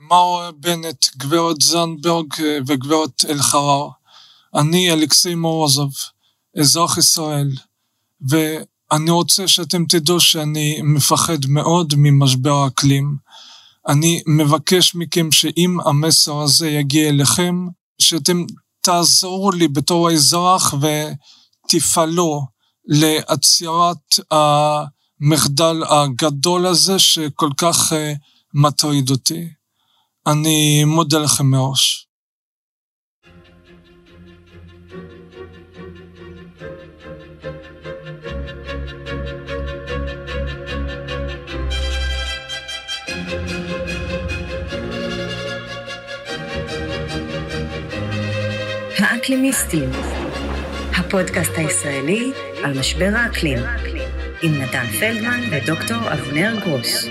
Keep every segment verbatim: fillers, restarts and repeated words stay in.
מר בנט, גברת זנדברג וגברת אלחרר, אני אלכסי מורוזוב, אזרח ישראל, ואני רוצה שאתם תדעו שאני מפחד מאוד ממשבר האקלים. אני מבקש מכם שאם המסר הזה יגיע אליכם, שאתם תעזרו לי בתור האזרח ותפעלו לעצירת המחדל הגדול הזה שכל כך מטריד אותי. אני מודה לכם מראש. האקלימיסטים, הפודקאסט הישראלי על משבר האקלים, עם נתן פלדמן ודוקטור אבנר גרוס.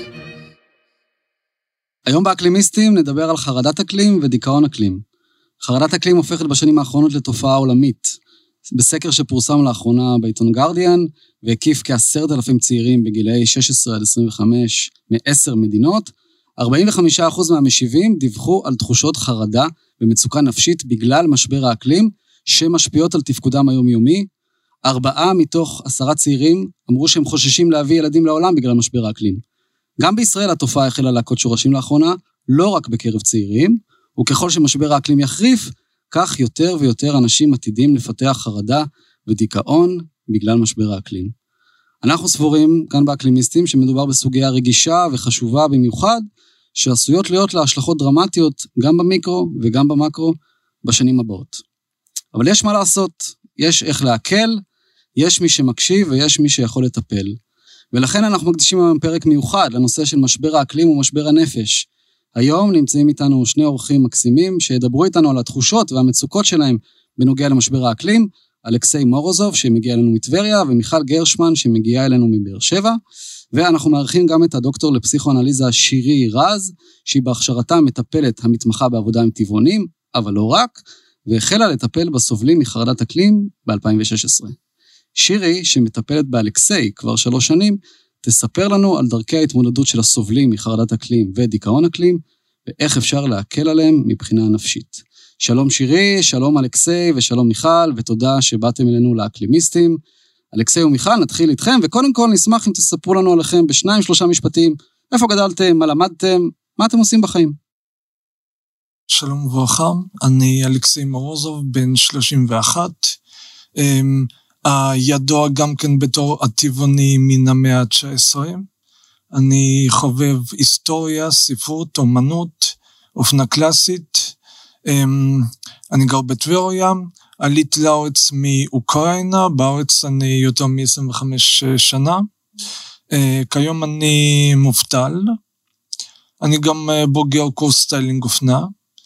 היום באקלימיסטים נדבר על חרדת אקלים ודיכאון אקלים. חרדת אקלים הופכת בשנים האחרונות לתופעה עולמית. בסקר שפורסם לאחרונה בעיתון גרדיאן, והקיף כעשרת אלפים צעירים בגילאי שש עשרה עד עשרים וחמש מעשר מדינות, ארבעים וחמישה אחוז מהמשיבים דיווחו על תחושות חרדה ומצוקה נפשית בגלל משבר האקלים, שמשפיעות על תפקודם היומיומי. ארבעה מתוך עשרה צעירים אמרו שהם חוששים להביא ילדים לעולם בגלל משבר האקלים. גם בישראל התופעה החלה להכות שורשים לאחרונה, לא רק בקרב צעירים, וככל שמשבר האקלים יחריף, כך יותר ויותר אנשים עתידים לפתח חרדה ודיכאון בגלל משבר האקלים. אנחנו סבורים כאן באקלימיסטים שמדובר בסוגיה רגישה וחשובה במיוחד, שעשויות להיות לה השלכות דרמטיות גם במיקרו וגם במקרו בשנים הבאות. אבל יש מה לעשות, יש איך להקל, יש מי שמקשיב ויש מי שיכול לטפל. ולכן אנחנו מקדישים היום פרק מיוחד לנושא של משבר האקלים ומשבר הנפש. היום נמצאים איתנו שני אורחים מקסימים שידברו איתנו על התחושות והמצוקות שלהם בנוגע למשבר האקלים, אלכסי מורוזוב שמגיע אלינו מטבריה ומיכל גרשמן שמגיעה אלינו מבאר שבע, ואנחנו מארחים גם את הדוקטור לפסיכואנליזה שירי רז, שהיא בהכשרתה מטפלת המתמחה בעבודה עם טבעונים, אבל לא רק, והחלה לטפל בסובלים מחרדת אקלים ב-אלפיים ושש עשרה. שירי, שמטפלת באלכסי כבר שלוש שנים, תספר לנו על דרכי ההתמודדות של הסובלים מחרדת אקלים ודיכאון אקלים, ואיך אפשר להקל עליהם מבחינה נפשית. שלום שירי, שלום אלכסי ושלום מיכל, ותודה שבאתם אלינו לאקלימיסטים. אלכסי ומיכל, נתחיל איתכם, וקודם כל נשמח אם תספרו לנו עליכם בשניים שלושה משפטים, איפה גדלתם, מה למדתם, מה אתם עושים בחיים? שלום וברכה, אני אלכסי מורוזוב, בן שלושים ואחת, הידוע גם כן בתור הטבעוני מן המאה ה-תשע עשרה, אני חובב היסטוריה, ספרות, אומנות, אופנה קלאסית, אני גר בטבריה, עליתי לארץ מאוקראינה, בארץ אני יותר מ-עשרים וחמש שנה, כיום אני מובטל, אני גם בוגר קורס סטיילינג אופנה,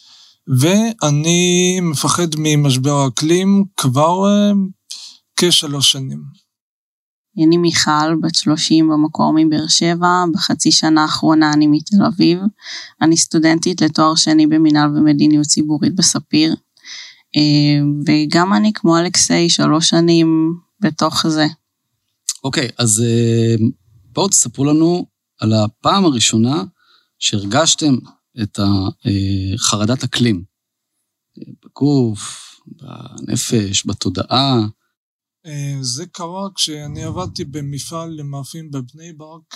ואני מפחד ממשבר האקלים כבר כשלוש שנים. אני מיכל, בת שלושים במקור מבאר שבע, בחצי שנה האחרונה אני מתל אביב, אני סטודנטית לתואר שני במנהל ומדיניות ציבורית בספיר, וגם אני כמו אלכסי שלוש שנים בתוך זה. אוקיי, אז בואו תספרו לנו על הפעם הראשונה שהרגשתם את חרדת אקלים, בגוף, בנפש, בתודעה. זה קרה כשאני עבדתי במפעל למאפים בבני ברק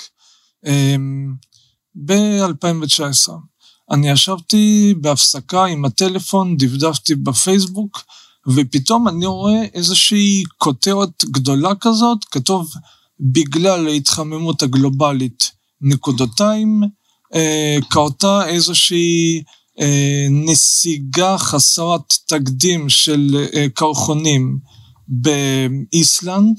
ב-אלפיים ותשע עשרה. אני ישבתי בהפסקה עם הטלפון, דפדפתי בפייסבוק, ופתאום אני רואה איזושהי כותרת גדולה כזאת, כתוב בגלל ההתחממות הגלובלית נקודותיים, אה, קרתה איזושהי אה, נסיגה חסרת תקדים של אה, קרחונים באיסלנד,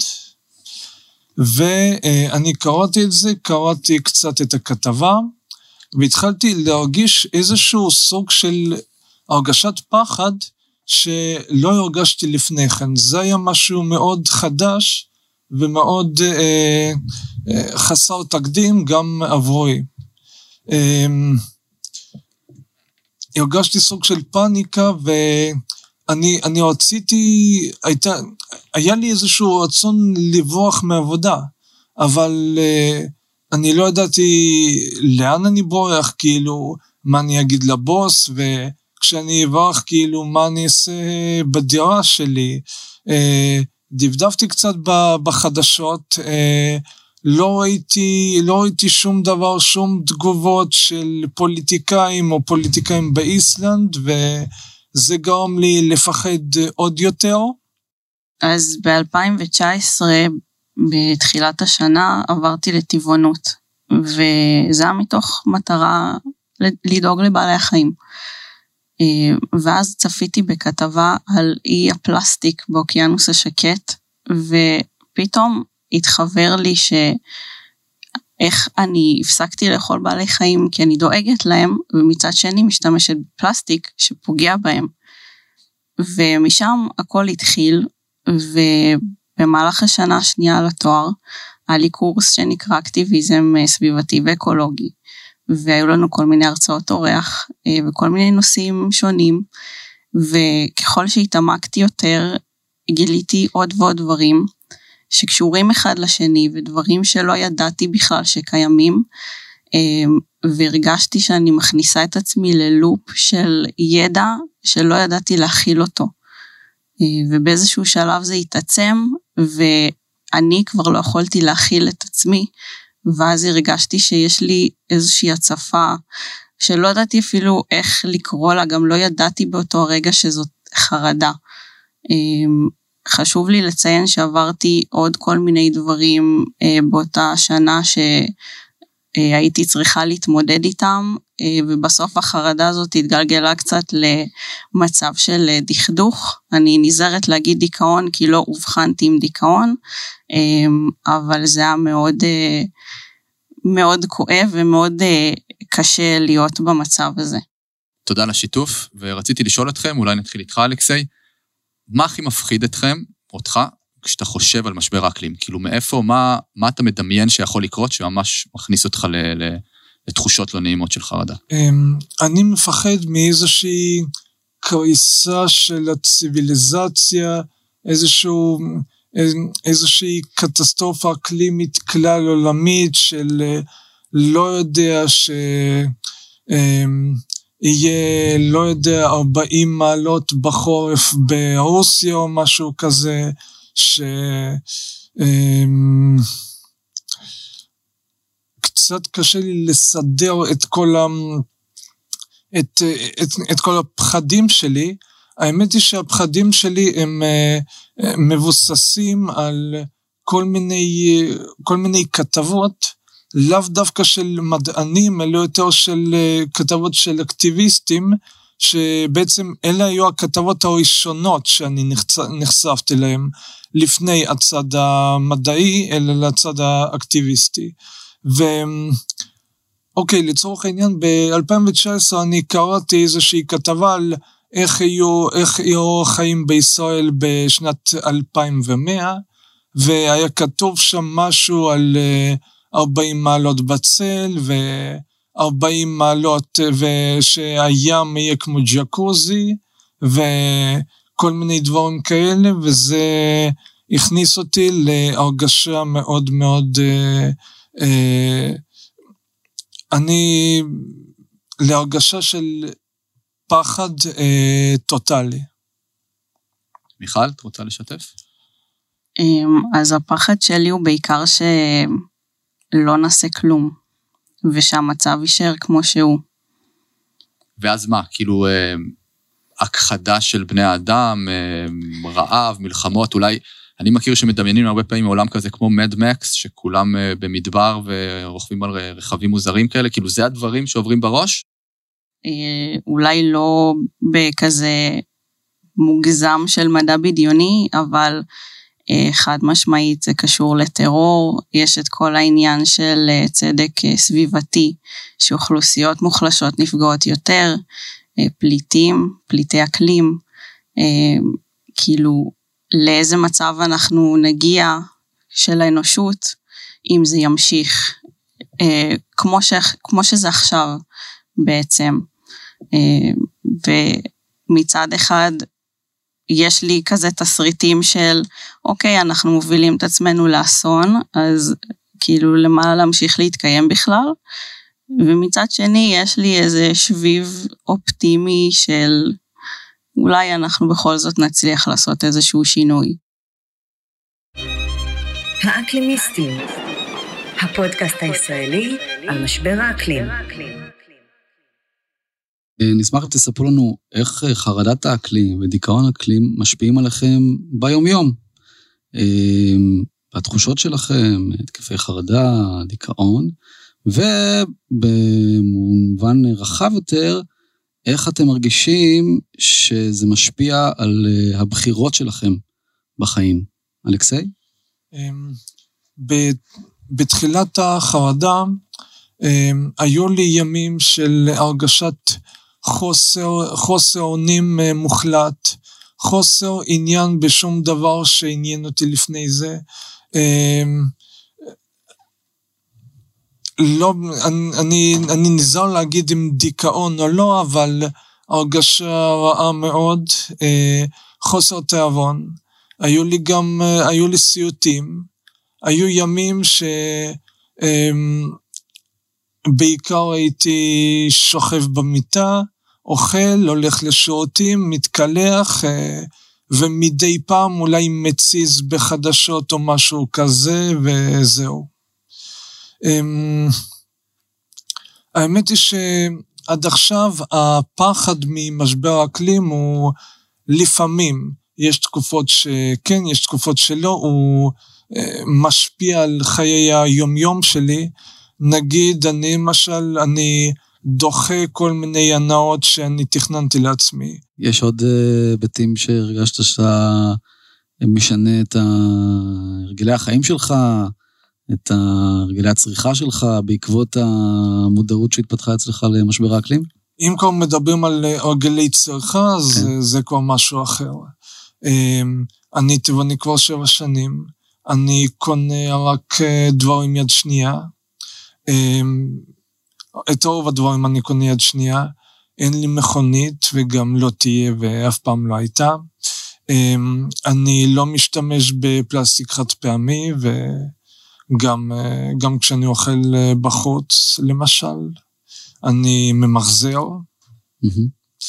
ואני קראתי את זה, קראתי קצת את הכתבה, והתחלתי להרגיש איזשהו סוג של הרגשת פחד שלא הרגשתי לפני כן. זה היה משהו מאוד חדש ומאוד אה, אה, חסר תקדים גם עבורי. אה, הרגשתי סוג של פאניקה, ואני אני רציתי, הייתה, היה לי איזשהו רצון לברוח מעבודה, אבל אה, אני לא ידעתי לאן אני בורח, כאילו, מה אני אגיד לבוס, וכשאני אברח כאילו מה אני אעשה בדירה שלי, דפדפתי קצת בחדשות, לא ראיתי, לא ראיתי שום דבר, שום תגובות של פוליטיקאים או פוליטיקאים באיסלנד, וזה גרם לי לפחד עוד יותר. אז ב-אלפיים תשע עשרה, בתחילת השנה, עברתי לטבעונות, וזה היה מתוך מטרה לדאוג לבעלי החיים. ואז צפיתי בכתבה על אי הפלסטיק באוקיינוס השקט, ופתאום התחבר לי שאיך אני הפסקתי לאכול בעלי חיים, כי אני דואגת להם, ומצד שני משתמשת בפלסטיק שפוגע בהם. ומשם הכל התחיל, ובמהלך השנה השנייה על התואר, היה לי קורס שנקרא אקטיביזם סביבתי ואקולוגי, והיו לנו כל מיני הרצאות אורח, וכל מיני נושאים שונים, וככל שהתעמקתי יותר, גיליתי עוד ועוד דברים, שקשורים אחד לשני, ודברים שלא ידעתי בכלל שקיימים, והרגשתי שאני מכניסה את עצמי ללופ של ידע, שלא ידעתי להכיל אותו, ובאיזשהו שלב זה התעצם, ואני כבר לא יכולתי להכיל את עצמי, ואז הרגשתי שיש לי איזושהי הצפה, שלא ידעתי אפילו איך לקרוא לה, גם לא ידעתי באותו הרגע שזאת חרדה. חשוב לי לציין שעברתי עוד כל מיני דברים באותה שנה שהייתי צריכה להתמודד איתם, ובסוף החרדה הזאת התגלגלה קצת למצב של דכדוך. אני נזהרת להגיד דיכאון כי לא הובחנתי עם דיכאון, אבל זה היה מאוד, מאוד כואב ומאוד קשה להיות במצב הזה. תודה לשיתוף, ורציתי לשאול אתכם, אולי נתחיל איתך אלכסי, מה הכי מפחיד אתכם, אותך, כשאתה חושב על משבר האקלים? כאילו מאיפה, מה, מה אתה מדמיין שיכול לקרות, שממש מכניס אותך ל, ל, לתחושות לא נעימות של חרדה? אני מפחד מאיזושהי קריסה של הציביליזציה, איזשהו, איזושהי קטסטרופה אקלימית כלל עולמית, של לא יודע ש... יהיה, לא יודע, ארבעים מעלות בחורף ברוסיה או משהו כזה, ש... קצת קשה לי לסדר את כל, ה... את, את, את כל הפחדים שלי. האמת היא שהפחדים שלי הם מבוססים על כל מיני, כל מיני כתבות, לאו דווקא של מדענים, אלא יותר של כתבות של אקטיביסטים, שבעצם אלה היו הכתבות הראשונות שאני נחשפתי להם, לפני הצד המדעי, אלא לצד האקטיביסטי. ואוקיי, לצורך העניין, ב-אלפיים תשע עשרה אני קראתי איזושהי כתבה על איך יהיו, איך יהיו חיים בישראל בשנת אלפיים ומאה, והיה כתוב שם משהו על ארבעים מעלות בצל, ו-ארבעים מעלות, ושהים יהיה כמו ג'קוזי, וכל מיני דברים כאלה, וזה הכניס אותי להרגשה מאוד מאוד, אני, להרגשה של פחד טוטלי. מיכל, את רוצה לשתף? אז הפחד שלי הוא בעיקר ש... לא נעשה כלום, ושהמצב יישאר כמו שהוא. ואז מה? כאילו, אה, הכחדה של בני האדם, אה, רעב, מלחמות, אולי, אני מכיר שמדמיינים הרבה פעמים מעולם כזה כמו מד מקס, שכולם אה, במדבר ורוכבים על רכבים מוזרים כאלה, כאילו זה הדברים שעוברים בראש? אה, אולי לא בכזה מוגזם של מדע בדיוני, אבל... חד משמעית זה קשור לטרור, יש את כל העניין של צדק סביבתי, שאוכלוסיות מוחלשות נפגעות יותר, פליטים, פליטי אקלים, כאילו לאיזה מצב אנחנו נגיע של האנושות, אם זה ימשיך, כמו, ש, כמו שזה עכשיו בעצם, ומצד אחד, יש לי כזה תסריטים של, אוקיי, אנחנו מובילים את עצמנו לאסון, אז כאילו למה להמשיך להתקיים בכלל, ומצד שני יש לי איזה שביב אופטימי של אולי אנחנו בכל זאת נצליח לעשות איזשהו שינוי. האקלימיסטים, הפודקאסט הישראלי על משבר האקלים. נשמח אם תספרו לנו איך חרדת האקלים ודיכאון האקלים משפיעים עליכם ביום יום. התחושות שלכם, התקפי חרדה, דיכאון, ובמובן רחב יותר, איך אתם מרגישים שזה משפיע על הבחירות שלכם בחיים. אלכסי? בתחילת החרדה, היו לי ימים של הרגשת חוסר, חוסר אונים מוחלט, חוסר עניין בשום דבר שעניין אותי לפני זה. לא, אני, אני נזהר להגיד אם דיכאון או לא, אבל הרגשה רעה מאוד, חוסר תיאבון. היו לי גם, היו לי סיוטים, היו ימים ש... בעיקר הייתי שוכב במיטה, אוכל, הולך לשירותים, מתקלח, ומדי פעם אולי מציז בחדשות או משהו כזה, וזהו. האמת היא שעד עכשיו הפחד ממשבר האקלים הוא לפעמים, יש תקופות שכן, יש תקופות שלא, הוא משפיע על חיי היומיום שלי. נגיד, אני למשל, אני דוחה כל מיני הנאות שאני תכננתי לעצמי. יש עוד היבטים שהרגשת שאתה משנה את הרגלי החיים שלך, את הרגלי הצריכה שלך, בעקבות המודעות שהתפתחה אצלך למשבר האקלים? אם כבר מדברים על הרגלי צריכה, אז כן. זה כבר משהו אחר. אני טבעוני כבר שבע שנים, אני קונה רק דברים יד שנייה, את רוב הדברים אני קונה יד שנייה, אין לי מכונית וגם לא תהיה ואף פעם לא הייתה, אני לא משתמש בפלסטיק חד פעמי וגם גם כשאני אוכל בחוץ למשל, אני ממחזר. Mm-hmm.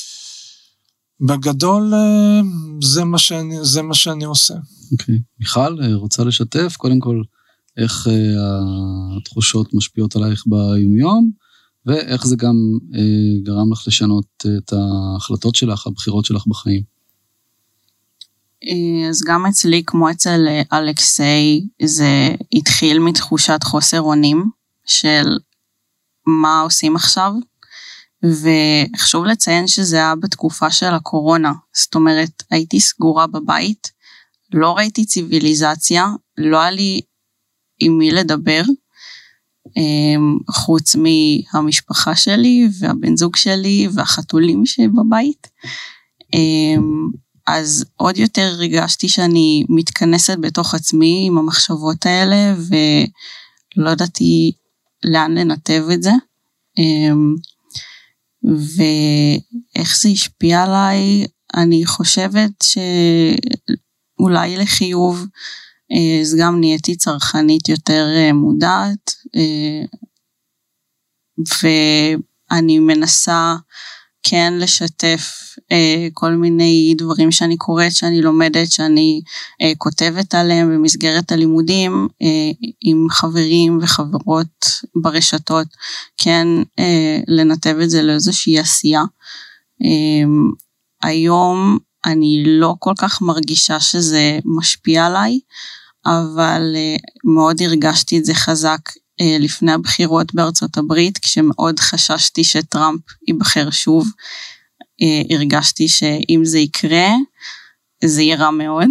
בגדול זה מה שאני, זה מה שאני עושה. אוקיי. מיכל, רוצה לשתף קודם כל איך התחושות משפיעות עלייך ביומיום, ואיך זה גם גרם לך לשנות את ההחלטות שלך, הבחירות שלך בחיים. אז גם אצלי, כמו אצל אלכסי, זה התחיל מתחושת חוסר אונים, של מה עושים עכשיו, וחשוב לציין שזה היה בתקופה של הקורונה, זאת אומרת, הייתי סגורה בבית, לא ראיתי ציוויליזציה, לא היה לי עם מי לדבר, חוץ מהמשפחה שלי והבן זוג שלי והחתולים שבבית. אז עוד יותר הרגשתי שאני מתכנסת בתוך עצמי עם המחשבות האלה, ולא ידעתי לאן לנתב את זה. ואיך זה השפיע עליי, אני חושבת שאולי לחיוב, אז גם נהייתי צרכנית יותר מודעת, ואני מנסה כן לשתף כל מיני דברים שאני קוראת, שאני לומדת, שאני כותבת עליהם במסגרת הלימודים, עם חברים וחברות ברשתות, כן לנתב את זה לאיזושהי עשייה. היום אני לא כל כך מרגישה שזה משפיע עליי, אבל מאוד הרגשתי את זה חזק לפני הבחירות בארצות הברית, כשמאוד חששתי שטראמפ ייבחר שוב, הרגשתי שאם זה יקרה, זה יהיה רע מאוד,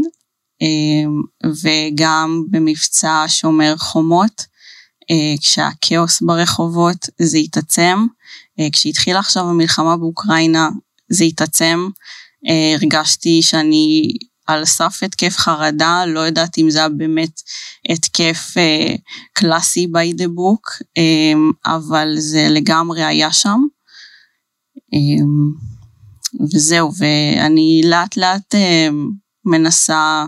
וגם במבצע שומר חומות, כשהכאוס ברחובות זה יתעצם, כשהתחילה עכשיו המלחמה באוקראינה זה יתעצם, הרגשתי שאני על סף התקף חרדה, לא יודעת אם זה היה באמת התקף קלאסי by the book, אבל זה לגמרי היה שם, וזהו, ואני לאט לאט מנסה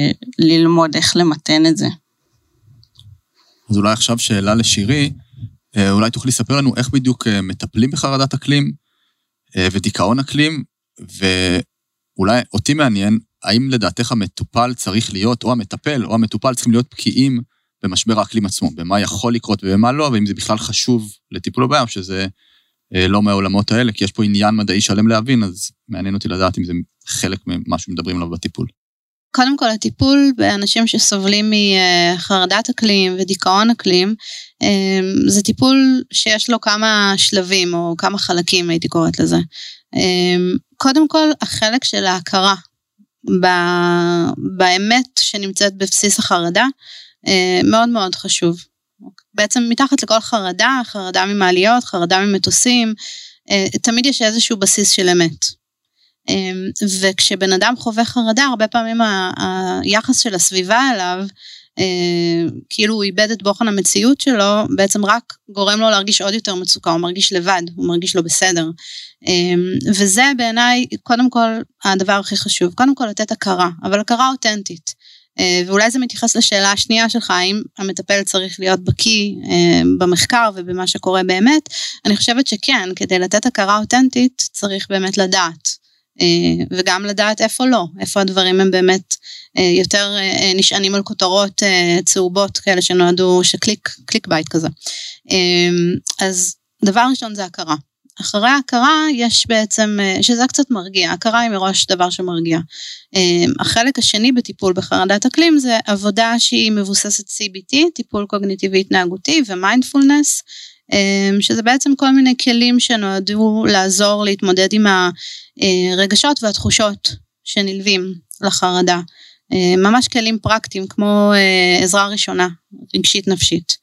ללמוד איך למתן את זה. אז אולי עכשיו שאלה לשירי, אולי תוכלי לספר לנו איך בדיוק מטפלים בחרדת אקלים ודיכאון אקלים, ואולי אותי מעניין, האם לדעתך המטופל צריך להיות, או המטפל, או המטופל צריכים להיות בקיאים במשבר האקלים עצמו, במה יכול לקרות ובמה לא, ואם זה בכלל חשוב לטיפול בבעיה, או שזה לא מהעולמות האלה, כי יש פה עניין מדעי שלם להבין, אז מעניין אותי לדעת אם זה חלק ממה שמדברים עליו בטיפול. קודם כל, הטיפול באנשים שסובלים מחרדת אקלים ודיכאון אקלים, זה טיפול שיש לו כמה שלבים או כמה חלקים, הייתי קוראת לזה. קודם כל, החלק של ההכרה באמת שנמצאת בבסיס החרדה, מאוד מאוד חשוב. בעצם מתחת לכל חרדה, חרדה ממעליות, חרדה ממטוסים, תמיד יש איזשהו בסיס של אמת. וכשבן אדם חווה חרדה, הרבה פעמים היחס של הסביבה אליו, כאילו הוא איבד את בוחן המציאות שלו, בעצם רק גורם לו להרגיש עוד יותר מצוקה, הוא מרגיש לבד, הוא מרגיש לא בסדר. וזה בעיניי, קודם כל, הדבר הכי חשוב, קודם כל לתת הכרה, אבל הכרה אותנטית. ואולי זה מתייחס לשאלה השנייה שלך, האם המטפל צריך להיות בקיא במחקר ובמה שקורה באמת, אני חושבת שכן, כדי לתת הכרה אותנטית, צריך באמת לדעת. וגם לדעת איפה לא, איפה הדברים הם באמת יותר נשענים על כותרות צהובות כאלה שנועדו, שקליק, קליק בייט כזה. אז דבר ראשון זה הכרה. אחרי ההכרה יש בעצם, שזה קצת מרגיע, הכרה היא מראש דבר שמרגיע. החלק השני בטיפול בחרדת אקלים זה עבודה שהיא מבוססת סי בי טי, טיפול קוגניטיבי התנהגותי ומיינדפולנס, שזה בעצם כל מיני כלים שנועדו לעזור להתמודד עם הרגשות והתחושות שנלווים לחרדה. ממש כלים פרקטיים כמו עזרה ראשונה, רגשית נפשית.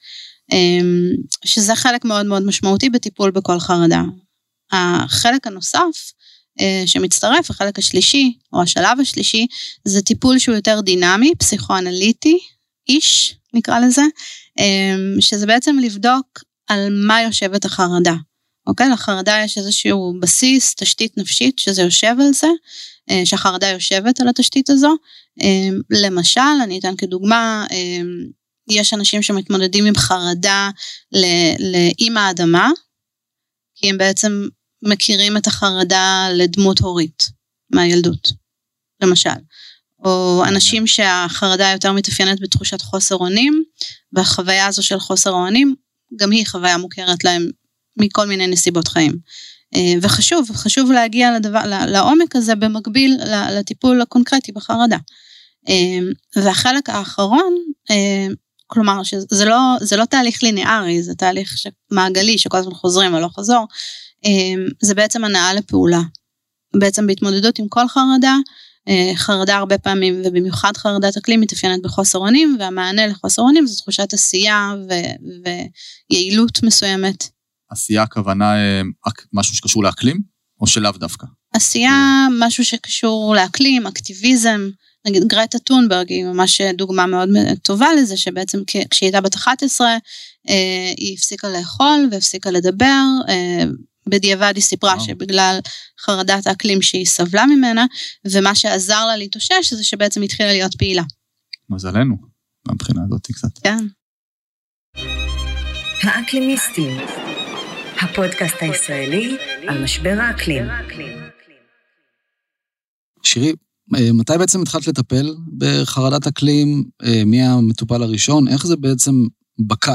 שזה חלק מאוד מאוד משמעותי בטיפול בכל חרדה. החלק הנוסף שמצטרף, החלק השלישי או השלב השלישי, זה טיפול שהוא יותר דינמי, פסיכואנליטי, איש נקרא לזה, שזה בעצם לבדוק על מה יושבת החרדה. אוקיי? לחרדה יש איזשהו בסיס, תשתית נפשית שזה יושב על זה, שהחרדה יושבת על התשתית הזו. למשל, אני אתן כדוגמה, יש אנשים שמתמודדים עם חרדה עם האדמה, כי הם בעצם מכירים את החרדה לדמות הורית מהילדות, למשל. או אנשים שהחרדה יותר מתאפיינת בתחושת חוסר אונים, והחוויה הזו של חוסר אונים, גם היא חוויה מוכרת להם מכל מיני נסיבות חיים. וחשוב, חשוב להגיע לדבר, לעומק הזה במקביל לטיפול הקונקרטי בחרדה. והחלק האחרון, כלומר, שזה לא, זה לא תהליך ליניארי, זה תהליך מעגלי, שכל הזמן חוזרים ולא חזור, זה בעצם הנעה לפעולה. בעצם בהתמודדות עם כל חרדה, חרדה הרבה פעמים, ובמיוחד חרדת אקלים מתאפיינת בחוסר אונים, והמענה לחוסר אונים זו תחושת עשייה ו- ויעילות מסוימת. עשייה הכוונה משהו שקשור לאקלים, או שלאו דווקא? עשייה משהו שקשור לאקלים, אקטיביזם, נגיד גרטה טונברג היא ממש דוגמה מאוד טובה לזה, שבעצם כשהיא הייתה בת אחת עשרה, היא הפסיקה לאכול והפסיקה לדבר, בדיעבד היא סיפרה וואו. שבגלל חרדת האקלים שהיא סבלה ממנה, ומה שעזר לה להתאושש זה שבעצם התחילה להיות פעילה. מזלנו, מבחינה הזאת קצת. כן. האקלימיסטים, הפודקאסט הישראלי על משבר האקלים. שירי, מתי בעצם התחלת לטפל בחרדת אקלים? מי המטופל הראשון? איך זה בעצם בקע?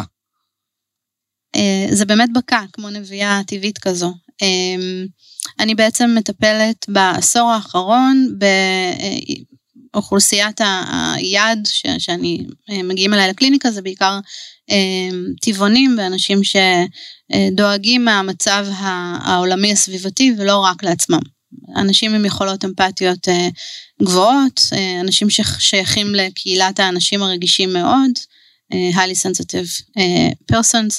זה באמת בקע, כמו נביאה טבעית כזו. אני בעצם מטפלת בעשור האחרון באוכלוסיית היעד שאני מגיעים אליי לקליניקה, זה בעיקר טבעונים ואנשים שדואגים מהמצב העולמי הסביבתי ולא רק לעצמם. אנשים עם יכולות אמפתיות גבוהות, אנשים ששייכים לקהילת האנשים הרגישים מאוד, highly sensitive persons,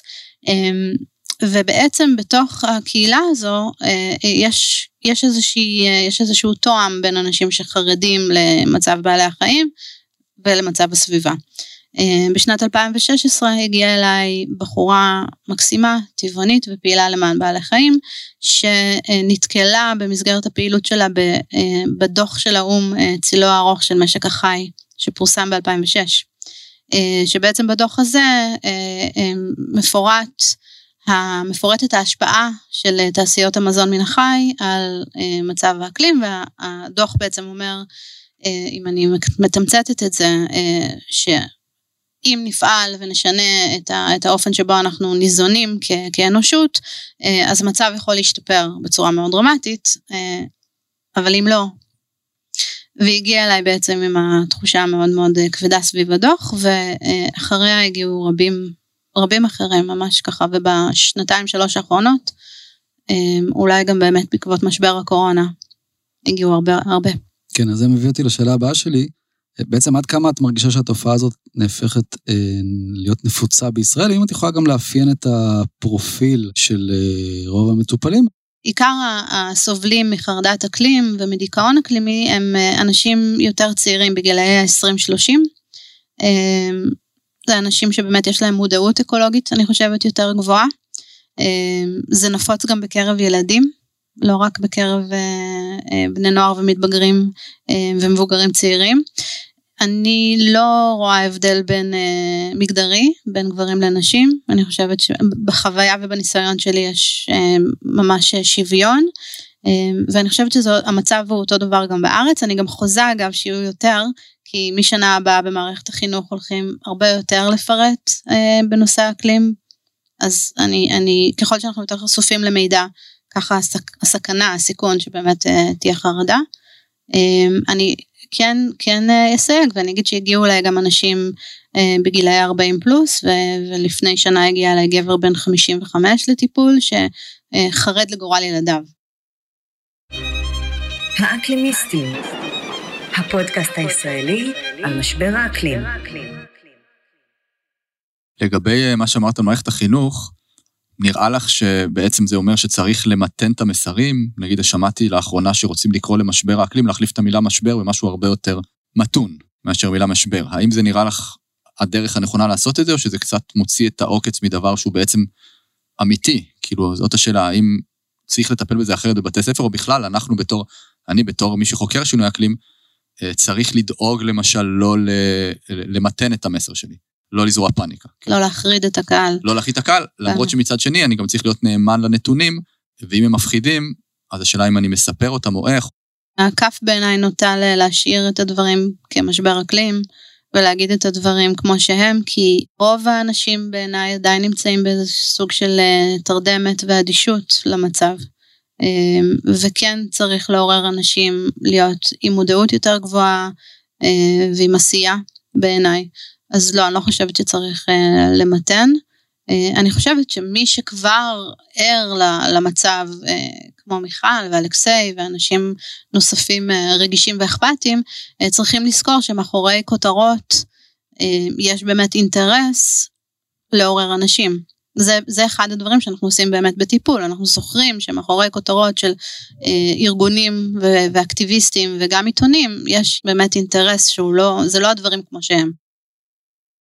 ובעצם בתוך הקהילה הזו יש, יש איזושהי, יש איזשהו תואם בין אנשים שחרדים למצב בעלי החיים ולמצב הסביבה. בשנת אלפיים ושש עשרה הגיעה אליי בחורה מקסימה, טבעונית ופעילה למען בעלי חיים, שנתקלה במסגרת הפעילות שלה בדוח של האום, צילו הארוך של משק החי, שפורסם ב-אלפיים ושש. שבעצם בדוח הזה מפורט המפורטת ההשפעה של תעשיות המזון מן החי על מצב האקלים, והדוח בעצם אומר, אם אני מתמצתת את זה, שאם נפעל ונשנה את האופן שבו אנחנו ניזונים כאנושות, אז מצב יכול להשתפר בצורה מאוד דרמטית, אבל אם לא, והגיע אליי בעצם עם התחושה המאוד מאוד כבדה סביב הדוח, ואחריה הגיעו רבים, רבים אחרים, ממש ככה, ובשנתיים שלוש האחרונות, אולי גם באמת בעקבות משבר הקורונה, הגיעו הרבה, הרבה. כן, אז זה מביא אותי לשאלה הבאה שלי, בעצם עד כמה את מרגישה שהתופעה הזאת נהפכת אה, להיות נפוצה בישראל, אם את יכולה גם לאפיין את הפרופיל של אה, רוב המטופלים? עיקר הסובלים מחרדת אקלים ומדיכאון אקלימי, הם אנשים יותר צעירים בגילאי ה-עשרים שלושים, זה אנשים שבאמת יש להם מודעות אקולוגית, אני חושבת יותר גבוהה, זה נפוץ גם בקרב ילדים, לא רק בקרב בני נוער ומתבגרים ומבוגרים צעירים, אני לא רואה הבדל בין uh, מגדרי, בין גברים לנשים, אני חושבת שבחוויה ובניסיון שלי יש uh, ממש שוויון, uh, ואני חושבת שהמצב הוא אותו דבר גם בארץ, אני גם חוזה אגב שיהיו יותר, כי משנה הבאה במערכת החינוך הולכים הרבה יותר לפרט uh, בנושא האקלים, אז אני, אני, ככל שאנחנו יותר חשופים למידע, ככה הסק, הסכנה, הסיכון שבאמת uh, תהיה חרדה, uh, אני כן, כן יסייג, ואני אגיד שהגיעו אליי גם אנשים אה, בגילאי ארבעים פלוס, ו- ולפני שנה הגיע אליי גבר בן חמישים וחמש לטיפול, שחרד לגורל ילדיו. האקלימיסטים, הפודקאסט הישראלי על משבר האקלים. לגבי מה שאמרת על מערכת החינוך, נראה לך שבעצם זה אומר שצריך למתן את המסרים, נגיד שמעתי לאחרונה שרוצים לקרוא למשבר האקלים, להחליף את המילה משבר במשהו הרבה יותר מתון מאשר מילה משבר. האם זה נראה לך הדרך הנכונה לעשות את זה, או שזה קצת מוציא את העוקץ מדבר שהוא בעצם אמיתי? כאילו, זאת השאלה, האם צריך לטפל בזה אחרת בבתי ספר, או בכלל אנחנו בתור, אני בתור מי שחוקר שינוי אקלים, צריך לדאוג למשל לא למתן את המסר שלי. לא לזרוע פאניקה. לא להחריד את הקהל. לא להחריד את הקהל, למרות שמצד שני אני גם צריך להיות נאמן לנתונים, ואם הם מפחידים, אז השאלה אם אני מספר אותם או איך. הכף בעיניי נוטה להשאיר את הדברים כמשבר אקלים, ולהגיד את הדברים כמו שהם, כי רוב האנשים בעיניי עדיין נמצאים באיזה סוג של תרדמת ואדישות למצב. וכן צריך לעורר אנשים להיות עם מודעות יותר גבוהה, ועם עשייה בעיניי. אז לא, אני לא חושבת שצריך uh, למתן. Uh, אני חושבת שמי שכבר ער למצב, uh, כמו מיכל ואלכסי ואנשים נוספים uh, רגישים ואכפתיים, uh, צריכים לזכור שמאחורי כותרות uh, יש באמת אינטרס לעורר אנשים. זה, זה אחד הדברים שאנחנו עושים באמת בטיפול, אנחנו זוכרים שמאחורי כותרות של uh, ארגונים ו- ואקטיביסטים וגם עיתונים, יש באמת אינטרס שהוא לא, זה לא הדברים כמו שהם.